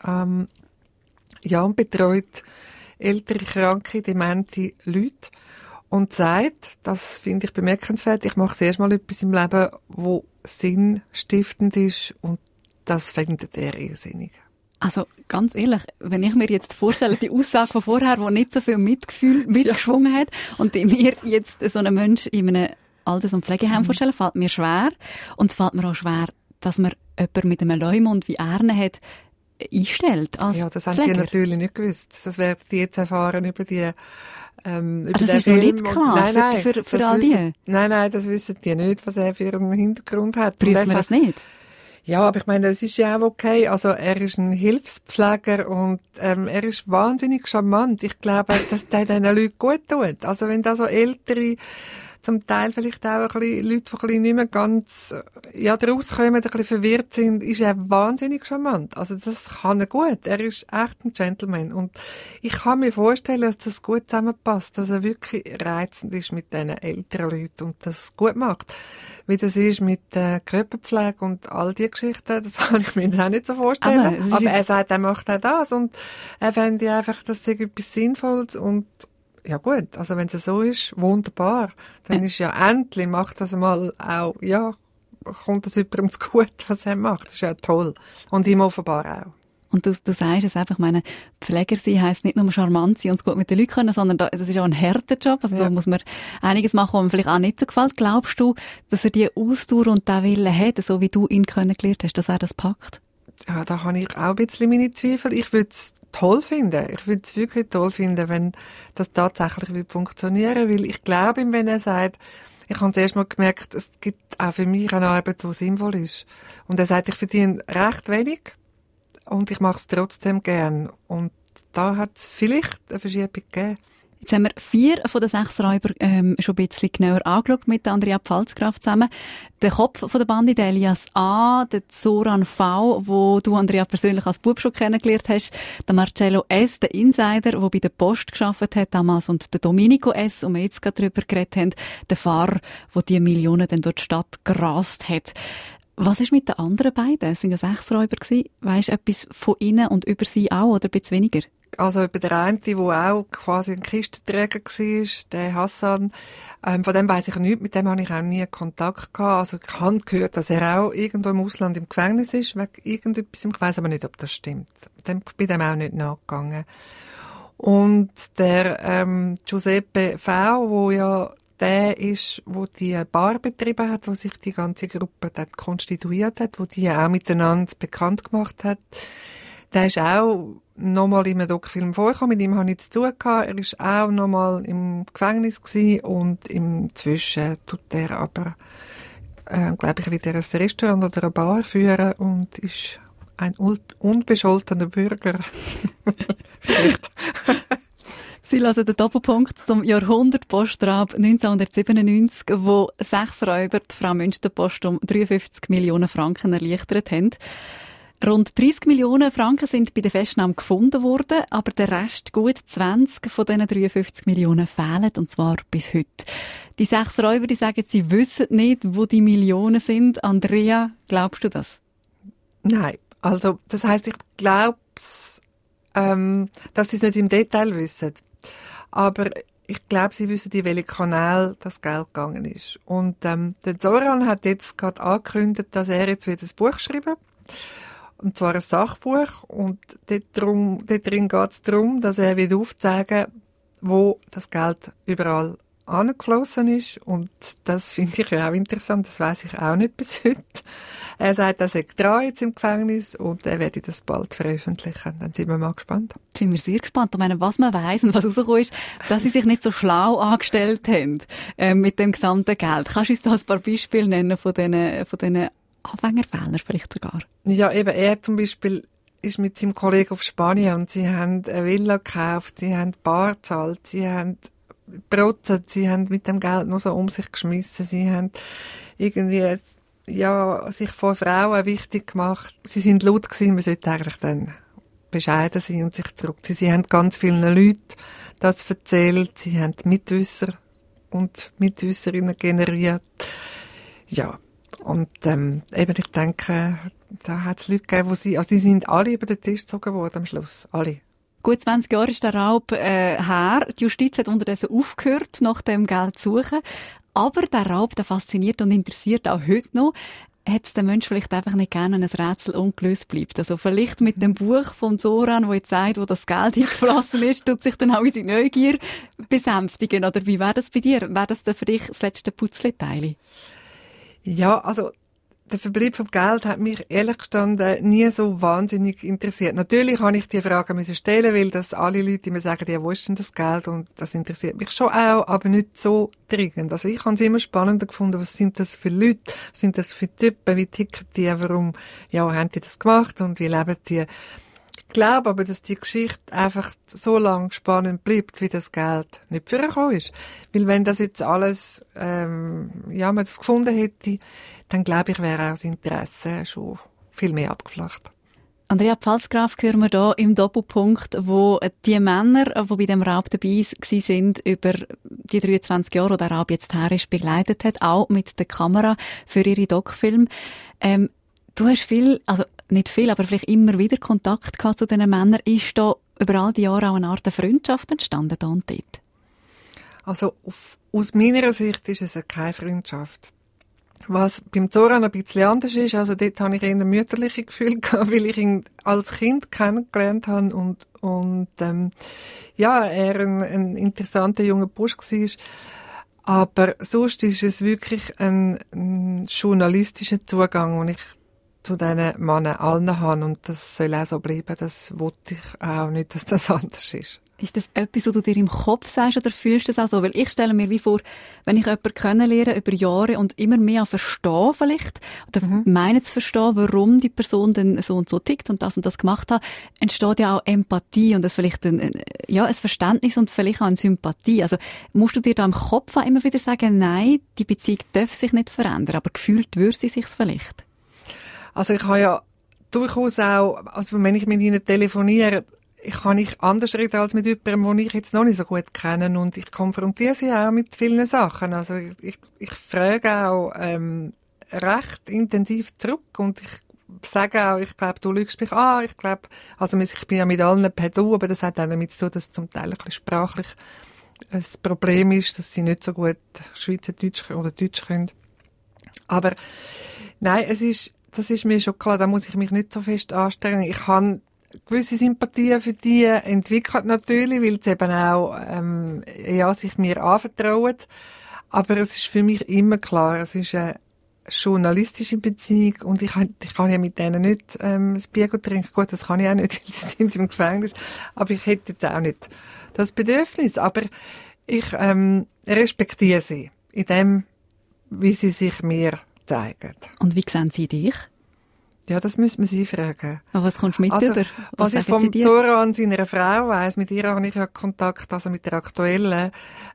Ja, und betreut ältere, kranke, demente Leute und sagt, das finde ich bemerkenswert, ich mache das erste Mal etwas im Leben, wo sinnstiftend ist und das findet er irrsinnig. Also ganz ehrlich, wenn ich mir jetzt vorstelle, die Aussage von vorher, die nicht so viel Mitgefühl mitgeschwungen hat und mir jetzt so einen Mensch in einem Alters- und Pflegeheim vorstellen, fällt mir schwer. Und es fällt mir auch schwer, dass man jemanden mit einem Leumund wie er hat, einstellt als Ja, das haben Pfleger. die natürlich nicht gewusst. Das werden die jetzt erfahren über die über das ist noch nicht klar für all die? Nein, das wissen die nicht, was er für einen Hintergrund hat. Prüfen wir das nicht? Ja, aber ich meine, das ist ja auch okay. Also er ist ein Hilfspfleger und er ist wahnsinnig charmant. Ich glaube, dass der diesen Leuten gut tut. Also wenn da so ältere, zum Teil vielleicht auch ein bisschen Leute, die ein bisschen nicht mehr ganz rauskommen, ein bisschen verwirrt sind, ist er wahnsinnig charmant. Also das kann er gut. Er ist echt ein Gentleman. Und ich kann mir vorstellen, dass das gut zusammenpasst, dass er wirklich reizend ist mit diesen älteren Leuten und das gut macht. Wie das ist mit Körperpflege und all die Geschichten, das kann ich mir jetzt auch nicht so vorstellen. Aber er sagt, er macht auch das und er fände einfach, das sei etwas Sinnvolles und ja gut, also wenn es so ist, wunderbar. Dann ist ja endlich, macht das mal auch, ja, kommt das jemandem zu gut, was er macht. Das ist ja toll. Und ihm offenbar auch. Und du sagst es einfach, ich meine, Pfleger sein heisst nicht nur charmant sein und es gut mit den Leuten können, sondern das ist auch ein harter Job. Also da muss man einiges machen, was mir vielleicht auch nicht so gefällt. Glaubst du, dass er die Ausdauer und den Willen hat, so wie du ihn kennengelernt hast, dass er das packt? Ja, da habe ich auch ein bisschen meine Zweifel. Ich würde es toll finden. Ich würde es wirklich toll finden, wenn das tatsächlich funktionieren würde, weil ich glaube ihm, wenn er sagt, ich habe zuerst mal gemerkt, es gibt auch für mich eine Arbeit, die sinnvoll ist. Und er sagt, ich verdiene recht wenig und ich mache es trotzdem gern. Und da hat es vielleicht eine Verschiebung gegeben. Jetzt haben wir 4 von den 6 Räuber schon ein bisschen genauer angeschaut mit Andrea Pfalzgraf zusammen. Der Kopf von der Bande, der Elias A., der Zoran V., wo du, Andrea, persönlich als Bub schon kennengelernt hast, der Marcello S., der Insider, der bei der Post gearbeitet hat damals, und der Domenico S., wo wir jetzt gerade drüber geredet haben, der Fahrer, der die Millionen dann durch die Stadt gerast hat. Was ist mit den anderen beiden? Es waren ja 6 Räuber gewesen. Weisst du etwas von ihnen und über sie auch, oder ein bisschen weniger? Also über der eine, der auch quasi ein Kistenträger war, der Hassan, von dem weiss ich nichts, mit dem habe ich auch nie Kontakt gehabt. Also ich habe gehört, dass er auch irgendwo im Ausland im Gefängnis ist, wegen irgendetwas. Ich weiss aber nicht, ob das stimmt. Bei dem auch nicht nachgegangen. Und der Giuseppe V., wo ja der ist, wo die Bar betrieben hat, wo sich die ganze Gruppe dort konstituiert hat, wo die auch miteinander bekannt gemacht hat, der ist auch nochmal in einem Doc-Film vorgekommen, mit ihm habe ich zu tun gehabt. Er ist auch nochmal im Gefängnis gewesen und inzwischen tut er aber, glaube ich, wieder ein Restaurant oder eine Bar führen und ist ein unbescholtener Bürger. Vielleicht. Sie hören den Doppelpunkt zum Jahrhundert-Postraub 1997, wo 6 Räuber die Frau Münsterpost um 53 Millionen Franken erleichtert haben. Rund 30 Millionen Franken sind bei der Festnahme gefunden worden, aber der Rest, gut 20 von diesen 53 Millionen, fehlen, und zwar bis heute. Die 6 Räuber, die sagen, sie wissen nicht, wo die Millionen sind. Andrea, glaubst du das? Nein, also das heisst, ich glaube, dass sie es nicht im Detail wissen. Aber ich glaube, sie wissen, in welche Kanäle das Geld gegangen ist. Und der Zoran hat jetzt gerade angekündigt, dass er jetzt wieder ein Buch schreiben. Und zwar ein Sachbuch. Und dort drin geht es darum, dass er wieder aufzeigen, wo das Geld überall angeflossen ist. Und das finde ich ja auch interessant. Das weiss ich auch nicht bis heute. Er sagt, er sei dran jetzt im Gefängnis und er werde das bald veröffentlichen. Dann sind wir mal gespannt. Sind wir sehr gespannt. Ich meine, was man weiss und was rausgekommen ist, dass sie sich nicht so schlau angestellt haben mit dem gesamten Geld. Kannst du uns da ein paar Beispiele nennen von diesen Anfängerfehlern vielleicht sogar? Ja, eben, er zum Beispiel ist mit seinem Kollegen auf Spanien und sie haben eine Villa gekauft, sie haben Bar gezahlt, sie haben protzet, sie haben mit dem Geld nur so um sich geschmissen, sie haben irgendwie sich von Frauen wichtig gemacht. Sie sind laut gewesen, man sollte eigentlich dann bescheiden sein und sich zurückziehen. Sie haben ganz vielen Leuten das erzählt, sie haben Mitwisser und Mitwisserinnen generiert. Ja, und eben, ich denke, da hat es Leute gegeben, die sind alle über den Tisch gezogen worden am Schluss, alle. Gut 20 Jahre ist der Raub her. Die Justiz hat unterdessen aufgehört, nach dem Geld zu suchen. Aber der Raub, der fasziniert und interessiert auch heute noch. Hat es der Mensch vielleicht einfach nicht gerne, wenn ein Rätsel ungelöst bleibt? Also vielleicht mit dem Buch von Zoran, wo jetzt sagt, wo das Geld hingeflossen ist, tut sich dann auch unsere Neugier besänftigen. Oder wie wäre das bei dir? Wäre das dann für dich das letzte Putzleteil? Ja, also der Verbleib vom Geld hat mich ehrlich gestanden nie so wahnsinnig interessiert. Natürlich habe ich die Frage stellen, weil das alle Leute immer sagen, ja, wo ist denn das Geld? Und das interessiert mich schon auch, aber nicht so dringend. Also ich habe es immer spannender gefunden, was sind das für Leute, was sind das für Typen, wie ticken die, warum haben die das gemacht und wie leben die? Ich glaube aber, dass die Geschichte einfach so lange spannend bleibt, wie das Geld nicht vorgekommen ist. Weil wenn das jetzt alles, man das gefunden hätte, dann glaube ich, wäre auch das Interesse schon viel mehr abgeflacht. Andrea Pfalzgraf hören wir hier im Doppelpunkt, wo die Männer, die bei dem Raub dabei waren, über die 23 Jahre, wo der Raub jetzt her ist, begleitet hat, auch mit der Kamera für ihre Doc-Filme. Du hast nicht viel, aber vielleicht immer wieder Kontakt gehabt zu diesen Männern. Ist da über all die Jahre auch eine Art Freundschaft entstanden da und dort? Also aus meiner Sicht ist es keine Freundschaft. Was beim Zoran ein bisschen anders ist, also dort habe ich eher ein mütterliches Gefühl gehabt, weil ich ihn als Kind kennengelernt habe und er ein interessanter junger Bursch war. Aber sonst ist es wirklich ein journalistischer Zugang, den ich zu diesen Männern allen habe. Und das soll auch so bleiben. Das wollte ich auch nicht, dass das anders ist. Ist das etwas, was du dir im Kopf sagst oder fühlst du das auch so? Weil ich stelle mir wie vor, wenn ich jemanden kennenlerne über Jahre und immer mehr verstehe vielleicht, oder meine zu verstehen, warum die Person dann so und so tickt und das gemacht hat, entsteht ja auch Empathie und das vielleicht ein Verständnis und vielleicht auch eine Sympathie. Also musst du dir da im Kopf auch immer wieder sagen, nein, die Beziehung darf sich nicht verändern, aber gefühlt würde sie sich vielleicht? Also ich habe ja durchaus auch, also wenn ich mit ihnen telefoniere, ich kann nicht anders reden als mit jemandem, den ich jetzt noch nicht so gut kenne und ich konfrontiere sie auch mit vielen Sachen. Also ich frage auch recht intensiv zurück und ich sage auch, ich glaube, du lügst mich an, ich bin ja mit allen per Du, aber das hat auch damit zu tun, dass zum Teil ein bisschen sprachlich ein Problem ist, dass sie nicht so gut Schweizerdeutsch oder Deutsch können. Aber nein, das ist mir schon klar, da muss ich mich nicht so fest anstrengen. Ich habe gewisse Sympathien für die entwickelt natürlich, weil sie eben auch sich mir anvertrauen. Aber es ist für mich immer klar, es ist eine journalistische Beziehung und ich kann ja mit denen nicht das Bier trinken. Gut, das kann ich auch nicht, weil sie sind im Gefängnis. Aber ich hätte jetzt auch nicht das Bedürfnis. Aber ich respektiere sie in dem, wie sie sich mir zeigen. Und wie sehen sie dich? Ja, das müssen wir sie fragen. Aber was kommst du mit über? Was ich vom Zoran, seiner Frau, weiss, mit ihr habe ich ja Kontakt, also mit der aktuellen.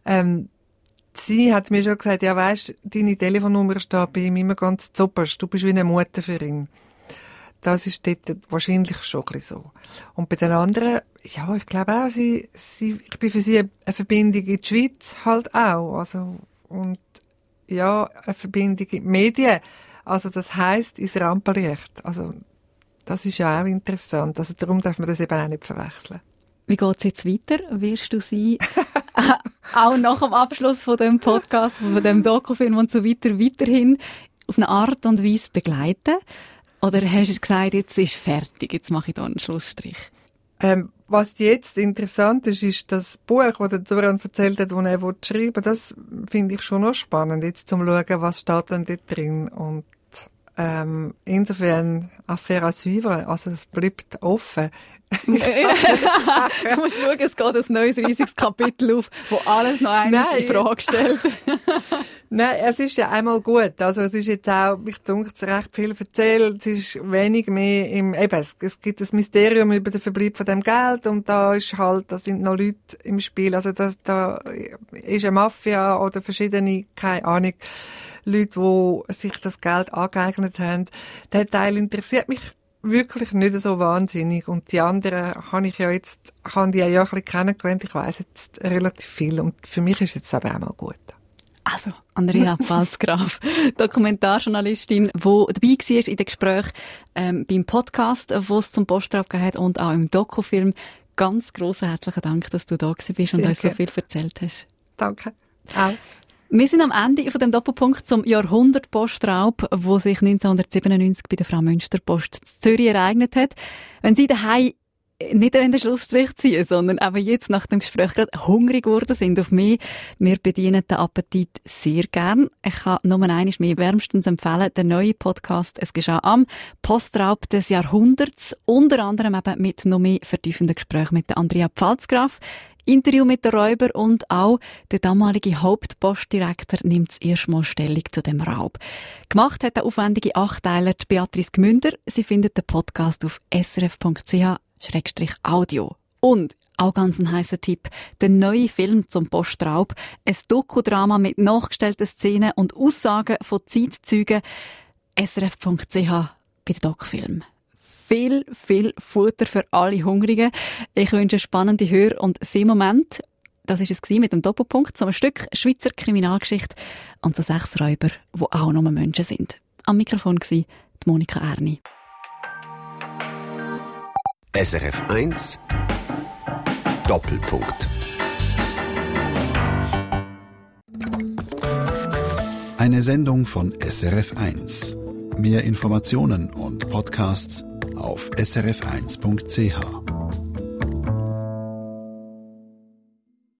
Sie hat mir schon gesagt, ja weisst, deine Telefonnummer steht bei ihm immer ganz zuoberst. Du bist wie eine Mutter für ihn. Das ist dort wahrscheinlich schon ein bisschen so. Und bei den anderen, ja, ich glaube auch, ich bin für sie eine Verbindung in die Schweiz halt auch. Also, und ja, eine Verbindung in die Medien. Also das heisst ins Rampenlicht. Also das ist ja auch interessant. Also darum darf man das eben auch nicht verwechseln. Wie geht's jetzt weiter? Wirst du sie auch nach dem Abschluss von dem Podcast, von dem Dokufilm und so weiter, weiterhin auf eine Art und Weise begleiten? Oder hast du gesagt, jetzt ist fertig, jetzt mache ich da einen Schlussstrich? Was jetzt interessant ist, ist das Buch, das der Zoran erzählt hat, das er schreiben will. Das finde ich schon noch spannend, jetzt zum schauen, was steht denn dort drin. Und insofern Affaire à suivre, also es bleibt offen. Du musst schauen, es geht ein neues riesiges Kapitel auf, wo alles noch einmal in Frage stellt. Nein, es ist ja einmal gut. Also es ist jetzt auch, mich denke, es recht viel erzählt. Es ist wenig mehr es gibt ein Mysterium über den Verbleib von dem Geld und da sind noch Leute im Spiel. Also da ist eine Mafia oder verschiedene, keine Ahnung, Leute, die sich das Geld angeeignet haben. Der Teil interessiert mich wirklich nicht so wahnsinnig. Und die anderen habe die ja ein bisschen kennengelernt. Ich weiss jetzt relativ viel. Und für mich ist jetzt aber auch mal gut. Also, Andrea Pfalzgraf, Dokumentarjournalistin, die dabei war in den Gesprächen beim Podcast, wo es zum Postraub gegeben hat und auch im Dokufilm. Ganz grossen herzlichen Dank, dass du da bist und uns so viel erzählt hast. Danke. Auch. Wir sind am Ende von dem Doppelpunkt zum Jahrhundert-Postraub, wo sich 1997 bei der Frau Münsterpost in Zürich ereignet hat. Wenn Sie daheim nicht den Schlussstrich ziehen, sondern aber jetzt nach dem Gespräch gerade hungrig geworden sind auf mich, wir bedienen den Appetit sehr gern. Ich kann nur einmal mehr wärmstens empfehlen, der neue Podcast «Es geschah am Postraub des Jahrhunderts», unter anderem eben mit noch mehr vertiefenden Gesprächen mit der Andrea Pfalzgraf, Interview mit den Räuber und auch der damalige Hauptpostdirektor nimmt das erste Mal Stellung zu dem Raub. Gemacht hat der aufwendige Achteiler Beatrice Gmünder. Sie findet den Podcast auf srf.ch/audio. Und auch ganz ein heisser Tipp, der neue Film zum Postraub, ein Dokudrama mit nachgestellten Szenen und Aussagen von Zeitzeugen, srf.ch bei den Dokfilm. Viel Futter für alle Hungrigen. Ich wünsche spannende Hör- und Sehmomente. Das war es mit dem Doppelpunkt zu einem Stück Schweizer Kriminalgeschichte und so 6 Räuber, die auch nur Menschen sind. Am Mikrofon war die Monika Erni. SRF 1 Doppelpunkt. Eine Sendung von SRF 1. Mehr Informationen und Podcasts auf srf1.ch.